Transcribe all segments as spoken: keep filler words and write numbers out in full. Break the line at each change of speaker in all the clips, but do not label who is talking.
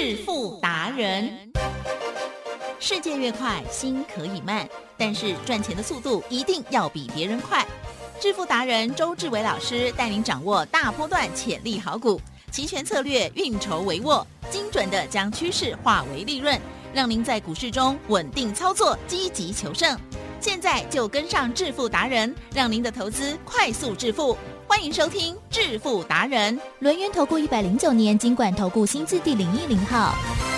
致富达人。世界越快，心可以慢，但是赚钱的速度一定要比别人快。致富达人周志伟老师带您掌握大波段潜力好股，期权策略运筹帷幄，精准的将趋势化为利润，让您在股市中稳定操作，积极求胜。现在就跟上致富达人，让您的投资快速致富。欢迎收听致富达人。
轮源投顾一百零九年金管投顾新字第零一零号。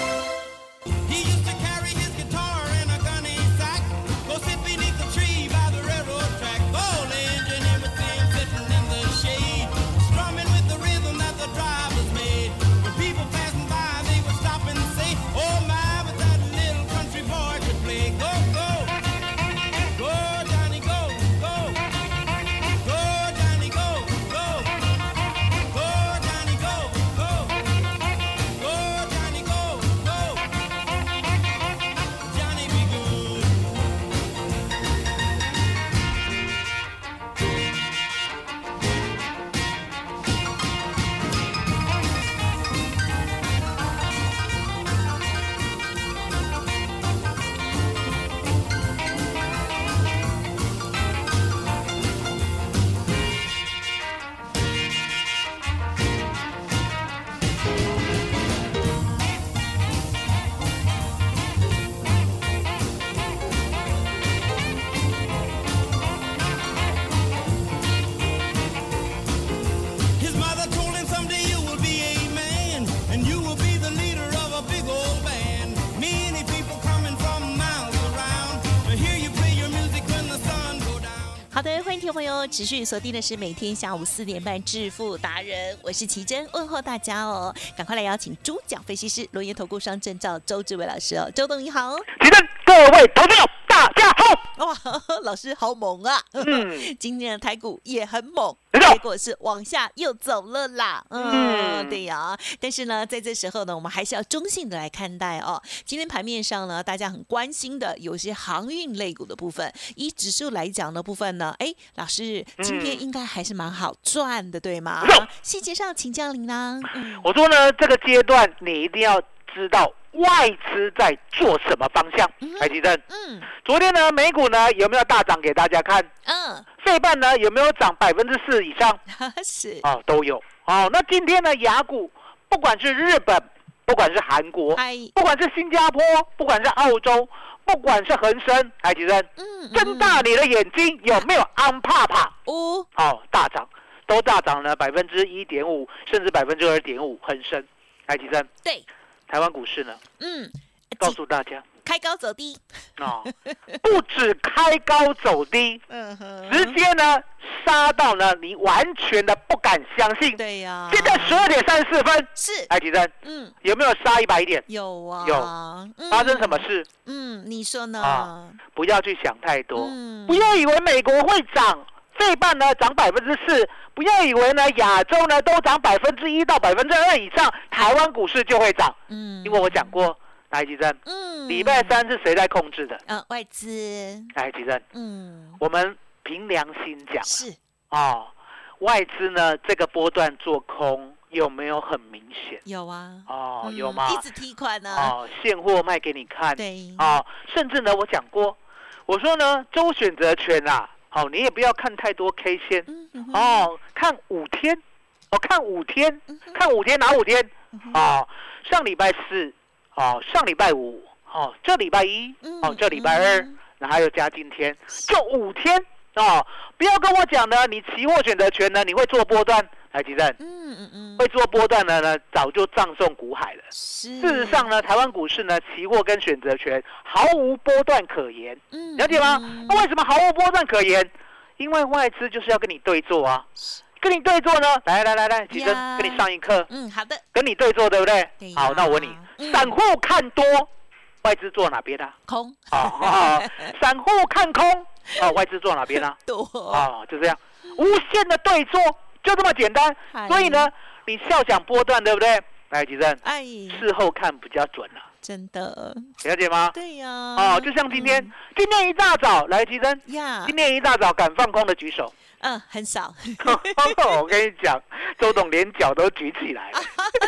好的，欢迎听众朋友持续锁定的是每天下午四点半致富达人，我是奇珍，问候大家哦。赶快来邀请主讲分析师轮研投顾双证照周志伟老师哦，周董你好。
奇珍，各位投资者大家好。
哇，老师好猛啊！
嗯，
今天的台股也很猛，结果是往下又走了啦。嗯，对呀。但是呢，在这时候呢，我们还是要中性的来看待哦。今天盘面上呢，大家很关心的有些航运类股的部分，以指数来讲的部分呢，哎，老师今天应该还是蛮好赚的，对吗？细节上请教您啦。
嗯，我说呢，这个阶段你一定要知道外资在做什么方向。台积电，嗯，昨天呢，美股呢有没有大涨给大家看？嗯，费半呢有没有涨百分之四以上？
是
哦，都有。哦，那今天呢，亚股不管是日本，不管是韩国，不管是新加坡，不管是澳洲，不管是恒生，台积电，嗯，睁大你的眼睛，有没有安帕帕？哦，哦，大涨，都大涨了百分之一点五，甚至百分之二点五，恒生，台积电，
对。
台湾股市呢？嗯，告诉大家，
开高走低
哦，不止开高走低，嗯哼，直接呢杀到呢你完全的不敢相信。
对呀、啊，
现在十二点三十四分，
是，
台积电，嗯，有没有杀一百点？
有啊，
有，嗯、发生什么事？
嗯，你说呢？
啊，不要去想太多，嗯、不要以为美国会涨。费半呢涨百分之四，不要以为呢亚洲呢都涨百分之一到百分之二以上，台湾股市就会涨。嗯，因为我讲过，台积电，嗯，礼拜三是谁在控制的？
呃，外资。
台积电，嗯，我们凭良心讲，
是
哦，外资呢这个波段做空有没有很明显？
有啊，
哦，嗯、有吗？
一直提款呢、
啊，哦，现货卖给你看，
对，
哦，甚至呢我讲过，我说呢周选择权啊。好、哦，你也不要看太多 K 线，嗯、哦，看五天，哦，看五天，嗯、看五天哪五天？嗯、哦，上礼拜四，哦，上礼拜五，哦，这礼拜一，嗯、哦，这礼拜二，那、嗯、还有加今天，就五天，哦，不要跟我讲呢，你期货选择权呢，你会做波段，台积电，嗯嗯嗯，会做波段的呢，早就葬送股海了。事实上呢，台湾股市呢，期货跟选择权毫无波段可言，嗯，了解吗？那、嗯、为什么毫无波段可言？因为外资就是要跟你对做啊，跟你对做呢，来来来来，奇珍跟你上一课，
嗯，好的，
跟你对做对不对？对好，那我问你，嗯、散户看多，外资做哪边啊？
空。
哦哦，散户看空，哦，外资做哪边啊？
多。
哦，就这样，无限的对做。就这么简单，所以呢，你笑想波段，对不对？来，吉珍，哎，事后看比较准了、啊，
真的，
了解吗？
对呀、啊，
哦，就像今天，嗯、今天一大早，来，吉珍呀，今天一大早敢放空的举手，
嗯，很少。
我跟你讲，周董连脚都举起来了，
只有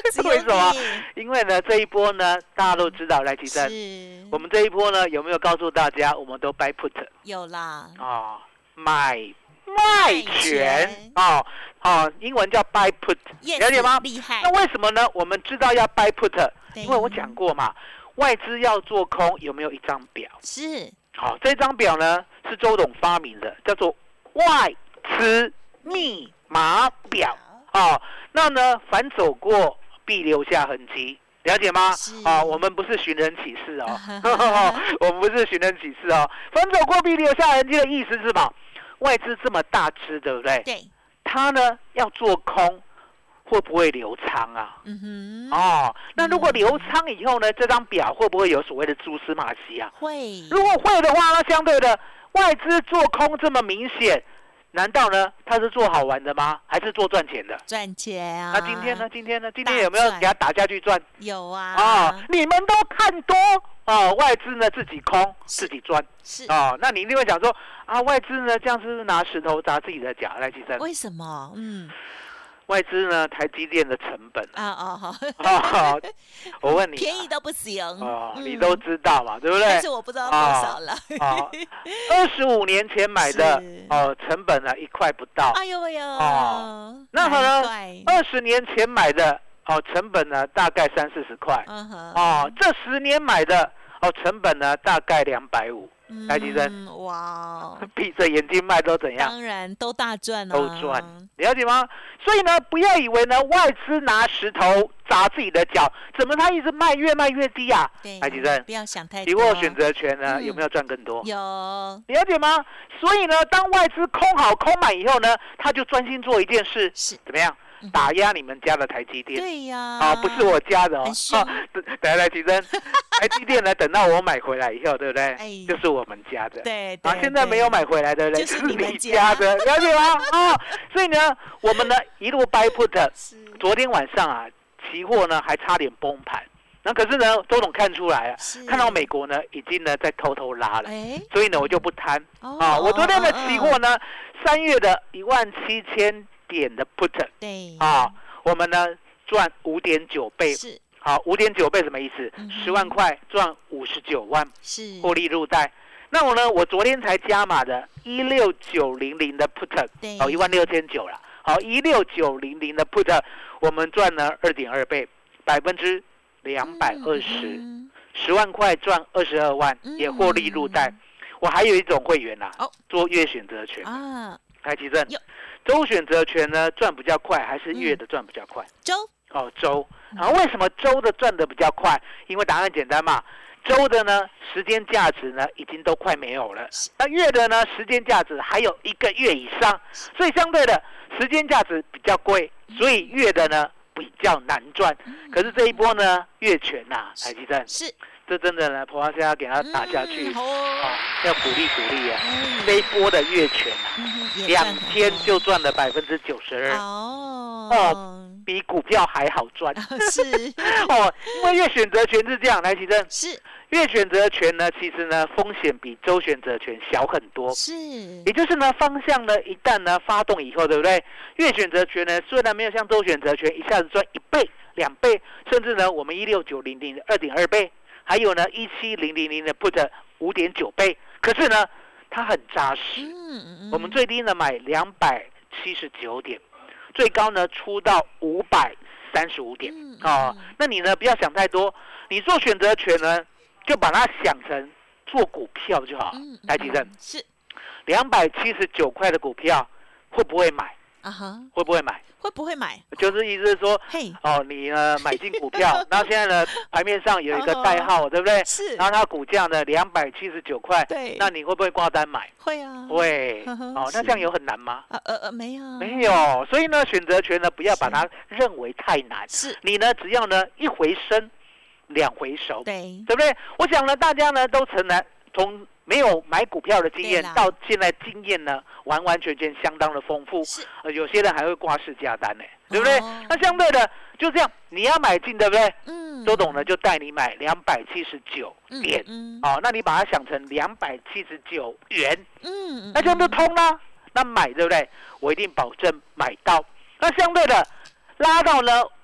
什么？因为呢，这一波呢，大家都知道，来，奇珍，我们这一波呢，有没有告诉大家，我们都 buy put？
有啦。
哦，买卖权哦哦，英文叫 buy put， 了解吗？
厉害。
那为什么呢？我们知道要 buy put， 因为我讲过嘛，外资要做空，有没有一张表？
是。
好，这张表呢是周董发明的，叫做外资密码表。哦，那呢，凡走过必留下痕迹，了解吗？啊，我们不是寻人启事哦，我们不是寻人启事哦。凡走过必留下痕迹的意思是什么？外资这么大只，对不对？
对。
他呢要做空，会不会留仓啊？嗯哼。哦，那如果留仓以后呢，这张表会不会有所谓的蛛丝马迹啊？
会。
如果会的话，那相对的外资做空这么明显。难道呢？他是做好玩的吗？还是做赚钱的？
赚钱啊！
那今天呢？今天呢？今天有没有给他打下去赚？
有啊！
啊，你们都看多啊，外资呢自己空自己赚
是
啊。那你一定会讲说啊，外资呢这样是不是拿石头砸自己的脚？来，其实
为什么？嗯。
外资呢，台积电的成本
啊啊好，
啊，我问你，
便宜都不行
哦，你都知道嘛，对不对？
但是我不知道多少了。
啊，二十五年前买的哦，成本呢一块不到。
哎呦呦，
哦，那么呢，二十年前买的哦，成本呢大概三四十块。嗯哼，哦，这十年买的哦，成本呢大概两百五。台积电，哇，闭着眼睛卖都怎样？
当然都大赚啊，
都赚，了解吗？所以呢，不要以为呢外资拿石头砸自己的脚，怎么他一直卖越卖越低啊？台积电，
不要想太多。
期货选择权呢、嗯、有没有赚更多？
有，
了解吗？所以呢，当外资空好空满以后呢，他就专心做一件事，是怎么样？打压你们家的台积电，
对呀，
啊，不是我家的哦，啊，等来提升，台积电呢，等到我买回来以后，对不对？哎，就是我们家的，
对，
啊，现在没有买回来，对不对？
就是你
家的，了解吗？啊，所以呢，我们呢一路 buy put， 昨天晚上啊，期货呢还差点崩盘，那可是呢，周董看出来了，看到美国呢已经呢在偷偷拉了，所以呢我就不贪啊，我昨天的期货呢，三月的一万七千。点的 put 对啊，我们呢赚五点九倍，是好五点九倍什么意思？十、嗯、万块赚五十九万，是获利入袋。那我呢，我昨天才加码的一六九零零的 put， 好一万六千九了，好一六九零零的 put， 我们赚了二点二倍，百分之两百二十，十万块赚二十二万，嗯、也获利入袋。嗯、我还有一种会员啦、啊，哦、做月选择权啊，台积电。周选择权呢赚比较快，还是月的赚比较快？
周
哦，周。然后为什么周的赚的比较快？因为答案简单嘛。周的呢时间价值呢已经都快没有了，那月的呢时间价值还有一个月以上，所以相对的时间价值比较贵，所以月的呢比较难赚。可是这一波呢月权呐、啊，台积电是。这真的呢，婆婆现在要给他打下去，嗯哦、要鼓励鼓励啊！嗯、这一波的月权啊，两、嗯、天就赚了百分之九十二，哦，比股票还好赚。哦是哦，因为月选择权是这样，来，奇珍是月选择权呢，其实呢风险比周选择权小很多，是，也就是呢方向呢一旦呢发动以后，对不对？月选择权呢虽然没有像周选择权一下子赚一倍、两倍，甚至呢我们一六九零零二点二倍。还有呢，一七零零零的 put 五点九倍，可是呢，它很扎实。嗯嗯、我们最低呢买两百七十九点，最高呢出到五百三十五点。嗯、哦，那你呢不要想太多，你做选择权呢，就把它想成做股票就好。台积电是两百七十九块的股票，会不会买？啊哈，会不会买？
会不会买？
就是意思是说，嘿，哦，你呢买进股票，然后现在呢盘面上有一个代号，对不对？是。然后它股价呢两百七十九块，对。那你会不会挂单买？
会啊。
会。哦，那这样有很难吗？
呃呃呃，没有。
没有。所以呢，选择权呢不要把它认为太难。是。你呢只要呢一回生，两回熟，对，对不对？我想呢大家呢都曾来从。没有买股票的经验，到现在经验呢，完完全全相当的丰富。呃，有些人还会挂市价单呢，对不对？哦、那相对的就这样，你要买进，对不对？嗯。周董呢就带你买两百七十九点，嗯嗯、哦，那你把它想成两百七十九元，嗯，那这样就通了。那买对不对？我一定保证买到。那相对的拉到呢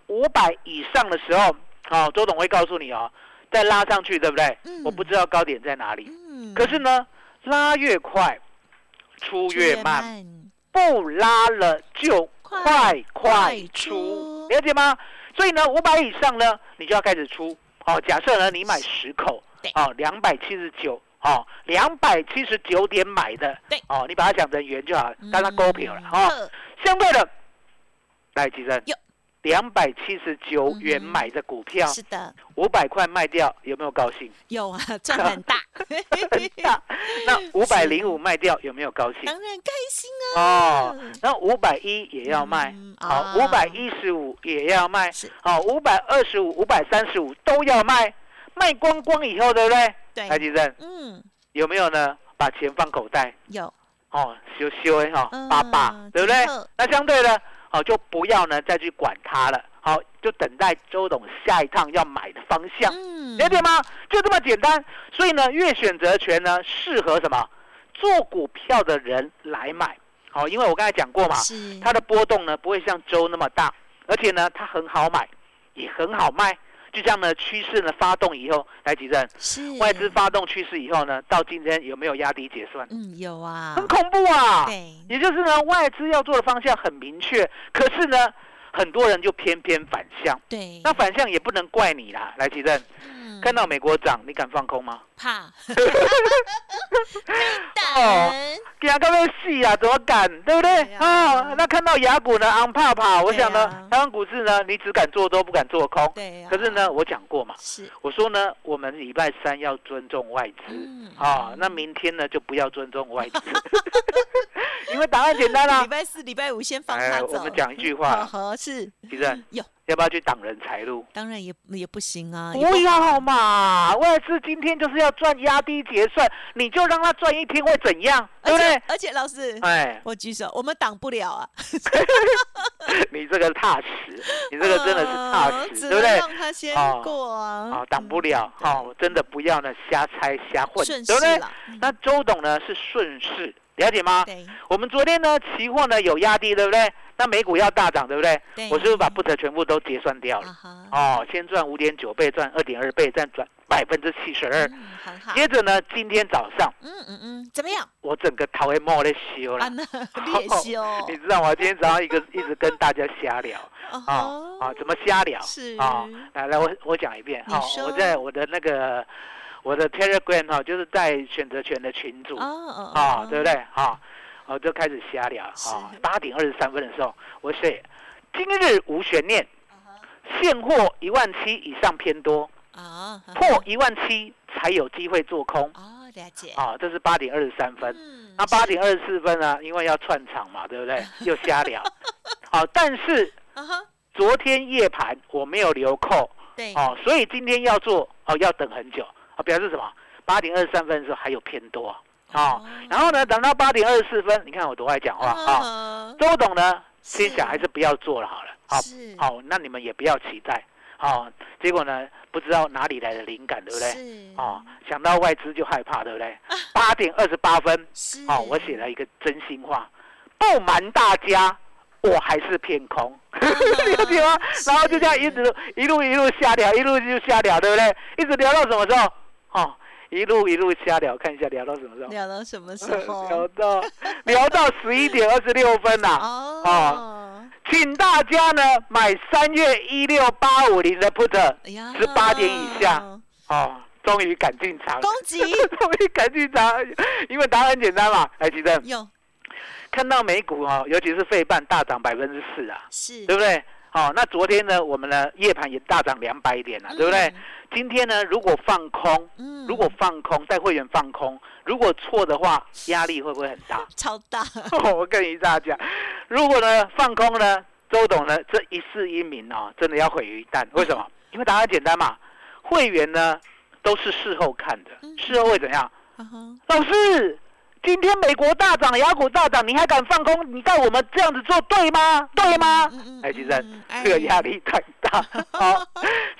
五百以上的时候，哦，周董会告诉你哦，再拉上去，对不对？嗯、我不知道高点在哪里，嗯、可是呢，拉越快，出越慢，越慢不拉了就快快出，了解吗？所以呢，五百以上呢，你就要开始出。哦，假设呢，你买十口，哦，两百七十九，哦，两百七十九点买的，对，哦，你把它想成元就好，当它股票了，哦，相对的，来，吉珍，两百七十九元买的股票，
是的，
五百块卖掉，有没有高兴？
有啊，赚很大，
很大。那五百零五卖掉，有没有高兴？
当然开心啊。
哦，那五百一也要卖，嗯、好，五百一十五也要卖，好，五百二十五、五百三十五都要卖，卖光光以后，对不对？
对。
来，吉珍，嗯，有没有呢？把钱放口袋？
有。
哦，修修哎哈，爸爸，对不对？那相对的。好，就不要呢再去管它了。好，就等待周董下一趟要买的方向，嗯、了解吗？就这么简单。所以呢，月选择权呢适合什么？做股票的人来买。好，因为我刚才讲过嘛，它的波动呢不会像周那么大，而且呢它很好买，也很好卖。就像呢趋势呢发动以后，来吉正，外资发动趋势以后呢，到今天有没有压低结算？
嗯，有啊，
很恐怖啊。
对，
也就是呢，外资要做的方向很明确，可是呢，很多人就偏偏反向。
对，
那反向也不能怪你啦，来吉正，嗯、看到美国涨，你敢放空吗？
怕。
哦，惊到要死啊，怎么敢？对不对？啊、哦，那看到雅股呢，昂怕怕，我想呢，啊、台湾股市呢，你只敢做多，不敢做空。
对、啊、
可是呢，我讲过嘛，
是，
我说呢，我们礼拜三要尊重外资，嗯、啊，那明天呢就不要尊重外资，因为答案简单啦、啊。
礼拜四、礼拜五先放他走。
我们讲一句话，
好是，
其实
有。
要不要去挡人财路？
当然也也不行啊！
不要嘛！外资今天就是要赚压低结算，你就让他赚一天会怎样？对不对？
而且老师，
哎，
我举手，我们挡不了啊！
你这个踏实，你这个真的是踏实，对不对？
让他先过啊！
啊，挡不了，好，真的不要呢瞎猜瞎混，对不对？那周董呢是顺势，了解吗？对。我们昨天呢期货呢有压低，对不对？那美股要大涨，对不对？对，我是不是把 put 全部都结算掉了？啊、哦，先赚五点九倍，赚二点二倍，再赚百分之七十二。接着呢，今天早上，
嗯嗯嗯，怎么样？
我整个头会冒在修了，
你也修、哦？
你知道吗？今天早上一个一直跟大家瞎聊啊啊、哦哦，怎么瞎聊？
是
啊、哦，来来，我我讲一遍哈、哦，我在我的那个我的 Telegram 哈、哦，就是在选择权的群组啊、哦哦，对不对？啊、哦。我就开始瞎聊啊！八点二十三分的时候，我写今日无悬念，现货一万七以上偏多啊，破一万七才有机会做空
哦，了解
啊，这是八点二十三分。嗯、那八点二十四分呢？因为要串场嘛，对不对？又瞎聊。好、啊，但是昨天夜盘我没有留扣，对，哦、啊，所以今天要做哦、啊，要等很久啊，表示什么？八点二十三分的时候还有偏多。哦，然后呢，等到八点二十四分，你看我多爱讲话啊、哦！周董呢，心想还是不要做了好了。好，好、哦，那你们也不要期待。好、哦，结果呢，不知道哪里来的灵感，对不对？是。哦，想到外资就害怕，对不对？八点二十八分，哦，我写了一个真心话，不瞒大家，我还是偏空，了解吗？然后就这样一直一路一路瞎聊，一路就瞎聊，对不对？一直聊到什么时候？哦。一路一路瞎聊，看一下聊到什么时候？
聊到什么时候？
聊到聊到十一点二十六分啦、啊！哦，哦，请大家呢买三月一六八五零的 put， 十八点以下，哦，终于赶进场，
恭喜！
终于赶进场，因为答案很简单嘛，来，吉正，
有
看到美股哦，尤其是费半大涨百分之四啊，
是，
对不对？好、哦，那昨天呢，我们呢夜盘也大涨两百点了、啊，对不对？嗯、今天呢，如果放空，嗯、如果放空，带会员放空，如果错的话，压力会不会很大？
超大！
我跟你大家讲，如果呢放空呢，周董呢这一世英名哦，真的要毁于一旦。为什么？因为答案简单嘛，会员呢都是事后看的，嗯、事后会怎样？嗯、老师。今天美国大涨，雅股大涨，你还敢放空？你带我们这样子做对吗？对吗？哎，其实这个压力太大。好，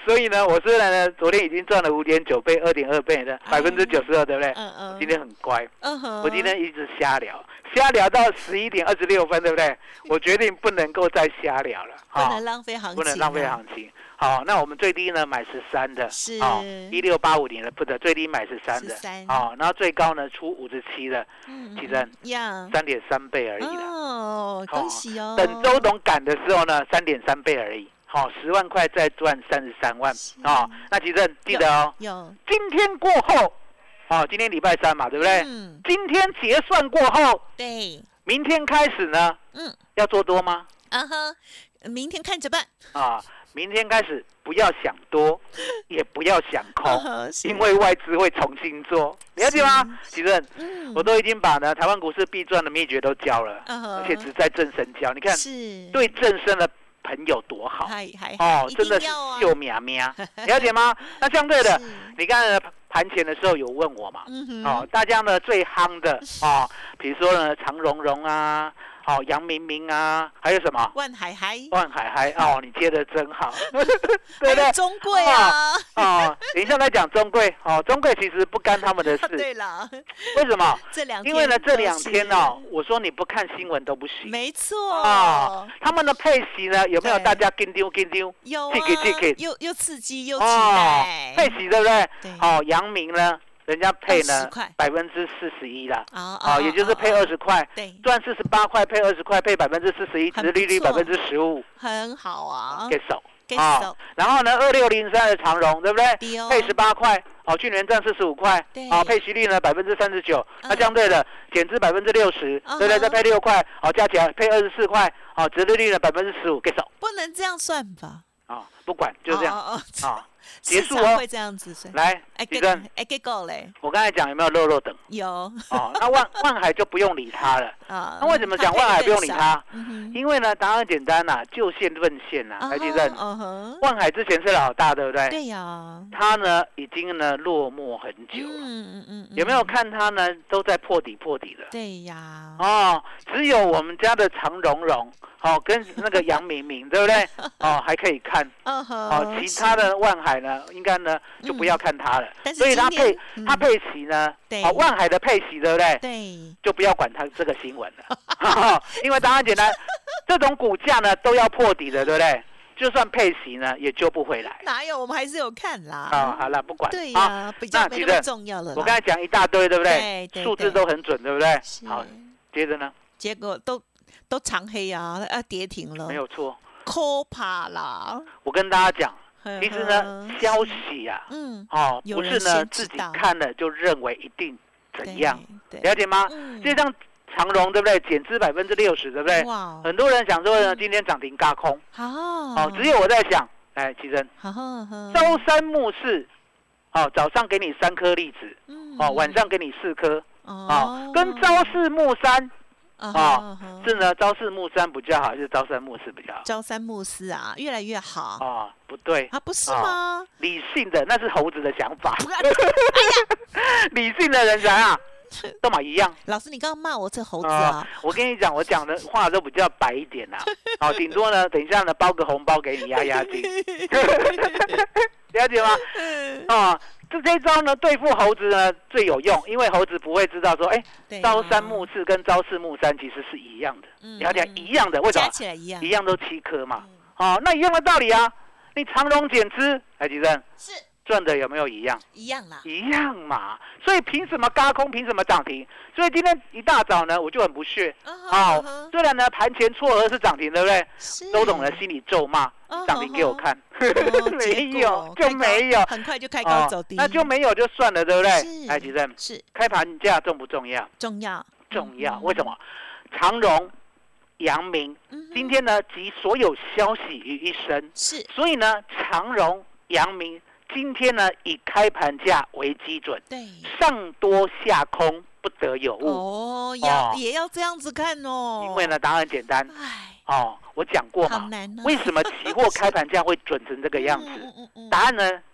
所以呢，我虽然呢昨天已经赚了五点九倍、二点二倍的百分之九十二，对不对？
嗯嗯。
我今天很乖，
嗯哼。
我今天一直瞎聊，瞎聊到十一点二十六分，对不对？我决定不能够再瞎聊了，
不能浪费行情，
不能浪费行情。好，那我们最低呢买十三的，
是
哦，一六八五零的 put 最低买十三的，好，然后最高呢出五十七的，其实三点三倍而已了。
哦，恭喜哦！
等周董赶的时候呢，三点三倍而已。好，十万块再赚三十三万啊！那其实记得哦，
有
今天过后，哦，今天礼拜三嘛，对不对？嗯。今天结算过后，
对，
明天开始呢，嗯，要做多吗？
啊哈，明天看着办
啊。明天开始不要想多，也不要想空，因为外资会重新做，了解吗？其实、嗯、我都已经把呢台湾股市必赚的秘诀都教了，而且只在正身教。你看，对正身的朋友多好哦，真的是秀喵喵，了解吗？那相对的，你看盘前的时候有问我嘛？嗯、哦，大家呢最夯的哦，比如说呢长荣荣啊。好、哦，杨明明啊，还有什么？
万海海，
万海海哦，你接的真好，对不对？
中贵啊，
哦，哦等一下再讲中贵哦，中贵其实不干他们的事。
对了，
为什么？
这两天
因为呢，这两天哦，我说你不看新闻都不行。
没错
啊、哦，他们的配息呢，有没有大家跟丢跟丢？
有啊，又又刺激又期
待、哦，配息对不对？
对。
哦，阳明呢？人家配呢百分之四十一啦，
啊、
哦，也就是配二十块，
对，
赚四十八块配二十块，配百分之四十一，殖利率百分之十五，
很好啊，
给手，给手。然后呢，二六零三的长荣，对不对？
哦、
配十八块，哦，去年赚四十五块，哦，配息率呢百分之三十九，那相对的减资百分之六十，对不对？再配六块，哦，加起来配二十四块，哦，殖利率呢百分之十五，给手。
不能这样算吧？
啊，不管就这样啊。
结束哦，会这样子
来，李正，
哎，给够嘞！
我刚才讲有没有肉肉等？
有。
哦，那万万海就不用理他了啊。那为什么讲万海不用理他？因为呢，答案简单呐，就线论线呐。来，李正，万海之前是老大，对不对？
对呀。
他呢，已经呢落寞很久了。嗯嗯嗯。有没有看他呢？都在破底破底了。
对呀。
哦，只有我们家的常荣荣。哦，跟那个杨明明，对不对？哦，还可以看。哦，其他的万海呢，应该呢就不要看它了。
嗯、
所以它配它配息呢，哦，万海的配息，对不对？
对，
就不要管它这个新闻了，哦、因为答案简单，这种股价呢都要破底的，对不对？就算配息呢，也救不回来。
哪有？我们还是有看啦。
哦，好了，不管。
对呀、啊，比较没那么重要了。
我刚才讲一大堆，对不
对？
对，数字都很准，对不对？好，接着呢？
结果都。都长黑啊，要跌停了，
没有错，
可怕啦！
我跟大家讲，其实呢，消息啊，嗯，哦，不是呢自己看了就認為一定怎樣，了解嗎？嗯、就像長榮對不對？減資百分之六十，對不對？哇！很多人想說呢，今天漲停軋空，哦，哦，只有我在想，哎，奇珍，周三末市，哦，早上給你三顆栗子，嗯、哦，晚上給你四顆，哦，跟朝四暮三。啊、哦，是呢，朝四暮三比較好，還是朝三暮四比較好？
朝三暮四啊，越來越好。
啊、哦，不對
啊，不是嗎、哦？
理性的那是猴子的想法。哎呀，理性的人才啊，都嘛一樣。
老師，你剛剛罵我這猴子啊？
哦、我跟你講，我講的話都比較白一點啦。好、哦，頂多呢，等一下呢，包個紅包給你壓壓驚。了解嗎？哦。這這一招呢，對付猴子呢最有用，因為猴子不會知道說，哎、欸，朝三暮四跟朝四暮三其實是一樣的，了解、嗯、一樣的，為什麼？
加起來一樣，
一樣都七顆嘛，嗯、哦，那一樣的道理啊。你長榮減資，哎，吉正
是
賺的有沒有一樣？
一樣啦，
一樣嘛。所以憑什麼軋空？憑什麼漲停？所以今天一大早呢，我就很不屑。哦，哦哦雖然呢盤前撮合是漲停，對不對？周董呢心裡咒罵。漲停給我看，哦、沒有就沒有，
很快就開高走低、
哦，那就沒有就算了，對不對？哎，吉正，
是
開盤價重不重要？
重要，
重要。嗯、為什麼？長榮、陽明、嗯、今天呢集所有消息於一身，
是，
所以呢，長榮、陽明今天呢以開盤價為基準，
對，上
多下空不得有誤。
哦，要、哦、也要這樣子看哦。
因為呢，答案簡單。
唉。
哦，我講過嘛，
好難哦、
為什麼期貨開盤價會準成這個樣子？嗯嗯嗯嗯、答案呢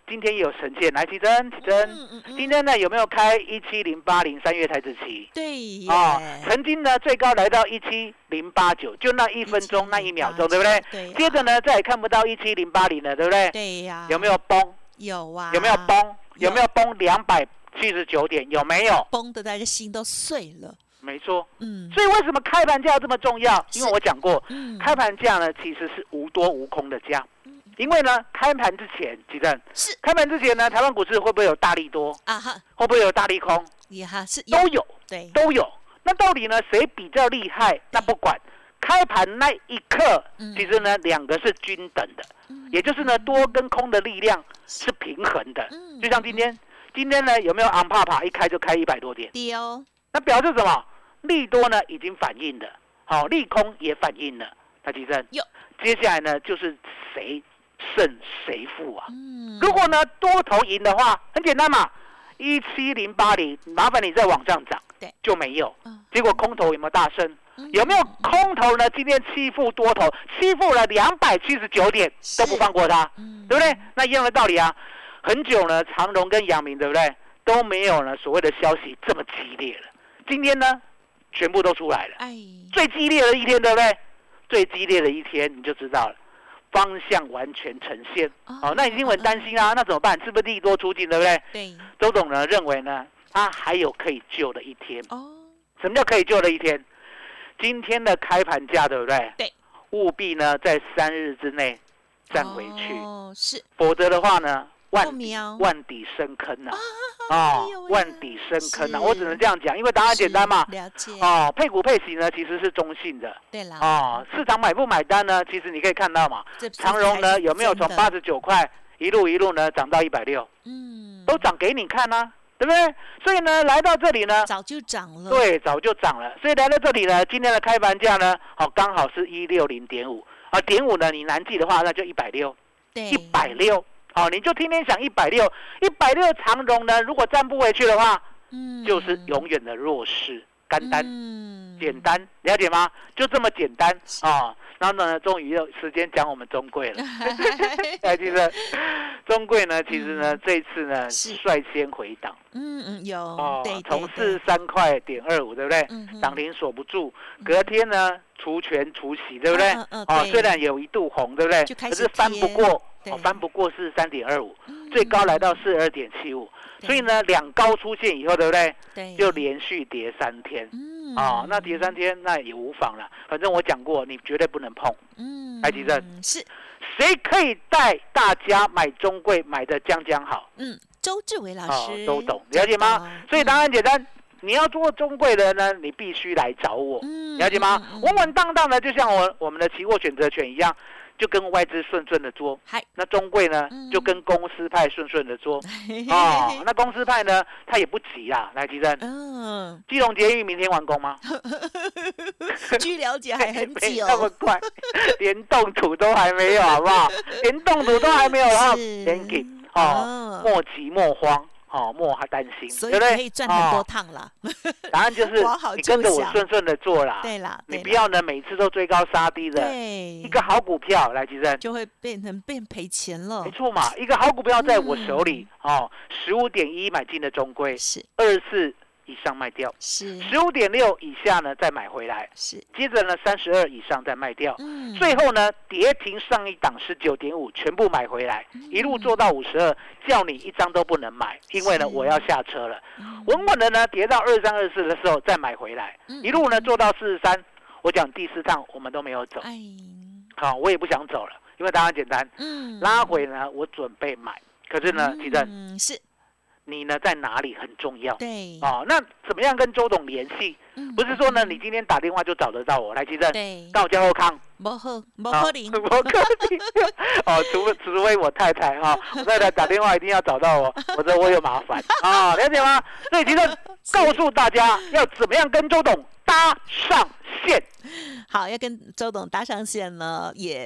今天也有呈现，来奇珍，奇珍，嗯嗯嗯今天呢有没有开一七零八零三月台子期？
对，
哦，曾经呢最高来到一七零八九，就那一分钟那一秒钟，对不对？
对、啊。
接着呢再也看不到一七零八零了，对不对？
对呀、啊。
有没有崩？
有啊。
有没有崩？有没有崩两百七十九点？有没有？
崩的大家心都碎了。
没错，
嗯，
所以为什么开盘价这么重要？因为我讲过，
嗯、
开盘价呢其实是无多无空的价。因为呢，开盘之前，吉正
是
开盘之前呢，台湾股市会不会有大利多啊？哈，会不会有大利空？
也哈是
都有，
对，
都有。那到底呢，谁比较厉害？那不管，开盘那一刻，嗯、其实呢，两个是均等的，嗯、也就是呢，多跟空的力量是平衡的。嗯、就像今天，今天呢，有没有昂帕帕一开就开一百多点？
有。
那表示什么？利多呢已经反应了，好、哦，利空也反应了。那吉正，接下来呢就是谁胜谁负啊？嗯、如果呢多头赢的话，很简单嘛，一七零八零，麻烦你再往上涨，就没有。嗯、结果空头有没有大胜？嗯、有没有空头呢？今天欺负多头，欺负了两百七十九点，都不放过他，嗯、对不对？那一样的道理啊。很久呢，长荣跟阳明，对不对？都没有呢所谓的消息这么激烈了。今天呢，全部都出来了。哎，最激烈的一天，对不对？最激烈的一天，你就知道了。方向完全呈现，哦，哦那已经很担心啊，哦、那怎么办？是不是利多出尽，对不对？对。周董呢认为呢，他还有可以救的一天。哦。什么叫可以救的一天？今天的开盘价，对不对？对。务必呢在三日之内站回去。哦，是。否则的话呢，万万底深坑啊！哦，万底深坑啊！我只能这样讲，因为答案简单嘛。了解。哦，配股配息呢其实是中性的。对啦。哦，市场买不买单呢？其实你可以看到嘛，长荣呢有没有从八十九块一路一路呢涨到一百六？嗯，都涨给你看啊，对不对？所以呢，来到这里呢，
早就涨了。
对，早就涨了。所以来到这里呢，今天的开盘价呢，好、哦、刚好是一六零点五啊，点五呢你难记的话，那就一百六。对，一百六。好，你就天天想一百六，一百六长荣呢，如果站不回去的话，嗯，就是永远的弱势，干单，嗯、简单，了解吗？就这么简单啊、哦。然后呢，终于有时间讲我们中贵了。哎，其实中贵呢，其实呢，嗯、这一次呢，率先回档。嗯嗯，有哦，对，从四十三块点二五，对不对？涨停锁不住，隔天呢，除权除息，对不对？嗯嗯、哦，虽然有一度红，对不对？可是翻不过。哦，翻不过四十三点二五，最高来到四十二点七五，所以呢，两高出现以后，对不对？对，就连续跌三天。嗯，哦，那跌三天那也无妨了，反正我讲过，你绝对不能碰。嗯，台积电是，谁可以带大家买中贵买的将将好？
嗯，周志伟老师、
哦、都懂，了解吗？嗯、所以答案简单。你要做中贵的呢，你必须来找我，嗯、了解吗？嗯嗯、稳稳当当的，就像我我们的期货选择权一样。就跟外资顺顺的做，那中贵呢、嗯、就跟公司派顺顺的做，哦，那公司派呢他也不急啦，来吉珍，嗯，基隆捷运明天完工吗？
据了解还很久，
没那么快，连动土都还没有，好不好？连动土都还没有，然后先给哦，莫急莫慌。哦，莫还担心，
所以可以赚很多趟啦。
哦、答案就是你跟着我顺顺的做啦。
对啦，
你不要呢每次都追高杀低的。对，一个好股票来，吉珍
就会变成变赔钱了。
没错嘛，一个好股票在我手里，嗯、哦，十五点一买进的中规，是二十四以上卖掉，是十五点六以下呢再买回来，是接着呢三十二以上再卖掉，嗯，最后呢跌停上一档十九点五全部买回来，嗯、一路做到五十二，叫你一张都不能买，因为呢我要下车了，嗯、稳稳的呢跌到二三二四的时候再买回来，嗯、一路呢做到四十三，我讲第四趟我们都没有走，哎，好，我也不想走了，因为答案简单，嗯，拉回呢我准备买，可是呢，其实嗯是。你呢在哪里很重要？对，哦，那怎么样跟周董联系？嗯、不是说呢，你今天打电话就找得到我，来，其实对，到家后康，
不好，不可能，
不可能，哦，除除非我太太哈、哦，我太太打电话一定要找到我，否则我有麻烦啊、哦，了解吗？所以其实告诉大家要怎么样跟周董搭上线。
好，要跟周董搭上线呢，也。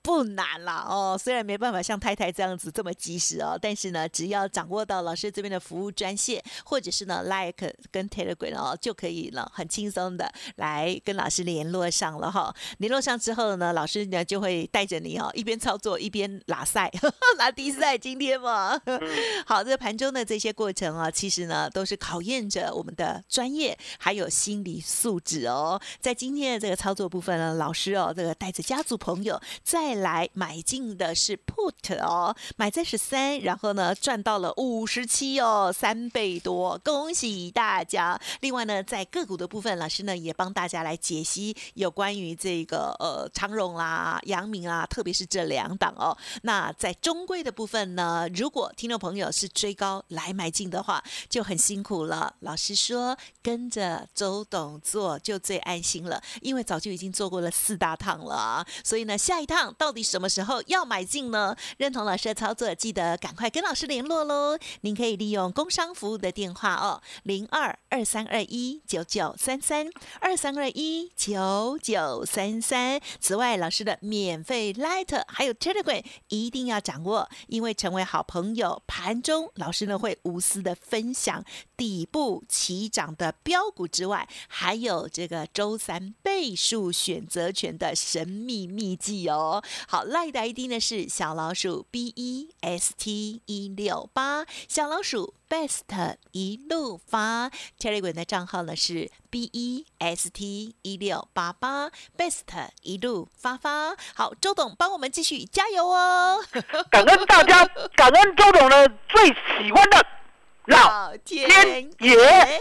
不难啦哦，虽然没办法像太太这样子这么及时哦，但是呢，只要掌握到老师这边的服务专线，或者是呢 Like 跟 Telegram 哦，就可以了，很轻松的来跟老师联络上了哈。联络上之后呢，老师呢就会带着你哦，一边操作一边拉赛，拉低赛今天嘛。好，这个盘中的这些过程啊，其实呢都是考验着我们的专业还有心理素质哦。在今天的这个操作部分呢，老师哦，这个带着家族朋友再来买进的是 Put 哦，买在十三，然后呢赚到了五十七哦，三倍多，恭喜大家！另外呢，在个股的部分，老师呢也帮大家来解析有关于这个呃长荣啦、阳明啦，特别是这两档哦。那在中规的部分呢，如果听众朋友是追高来买进的话，就很辛苦了。老师说，跟着周董做就最安心了，因为早就已经做过了四大趟了啊。所以呢，下一趟到底什么时候要买进呢？认同老师的操作，记得赶快跟老师联络喽。您可以利用工商服务的电话哦，零二二三二一九九三三二三二一九九三三。此外，老师的免费 Line 还有 Telegram 一定要掌握，因为成为好朋友，盘中老师呢会无私的分享底部起涨的标股之外，还有这个周三倍数选择权的神秘秘籍哦。好， Line 的 I D 呢是小老鼠 B E S T 一六八， 小老鼠 Best 一路发。 Telegram 的账号呢是 B E S T 一六八八 Best 一路发发。好，周董帮我们继续加油哦！
感恩大家，感恩周董呢最喜欢的老天爷。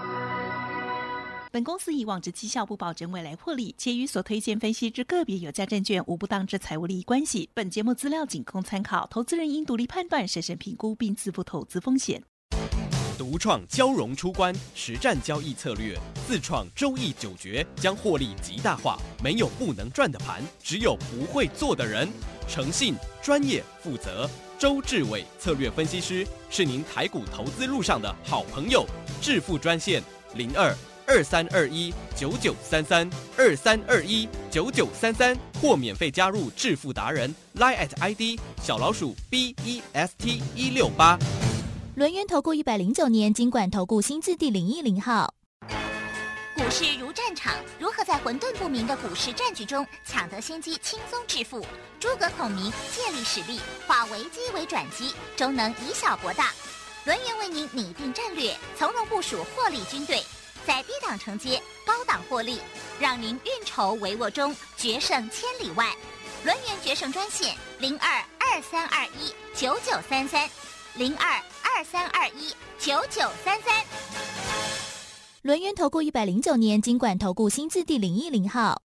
本公司以往之绩效不保证未来获利，且与所推荐分析之个别有价证券无不当之财务利益关系。本节目资料仅供参考，投资人应独立判断、审慎评估并自负投资风险。
独创交融出关实战交易策略，自创周易九诀，将获利极大化。没有不能赚的盘，只有不会做的人。诚信、专业、负责，周志伟策略分析师是您台股投资路上的好朋友。致富专线零二二三二一九九三三二三二一九九三三，或免费加入致富达人 Line at I D 小老鼠 B E S T 一六八。
轮源投顾一百零九年金管投顾新字第零一零号。
股市如战场，如何在混沌不明的股市战局中抢得先机，轻松致富？诸葛孔明借力使力，化危机为转机，终能以小博大。轮源为您拟定战略，从容部署获利军队，在低档承接，高档获利，让您运筹帷幄中决胜千里外。轮源决胜专线零二二三二一九九三三零二二三二一九九三三。
轮源投顾一百零九年金管投顾新字第零一零号。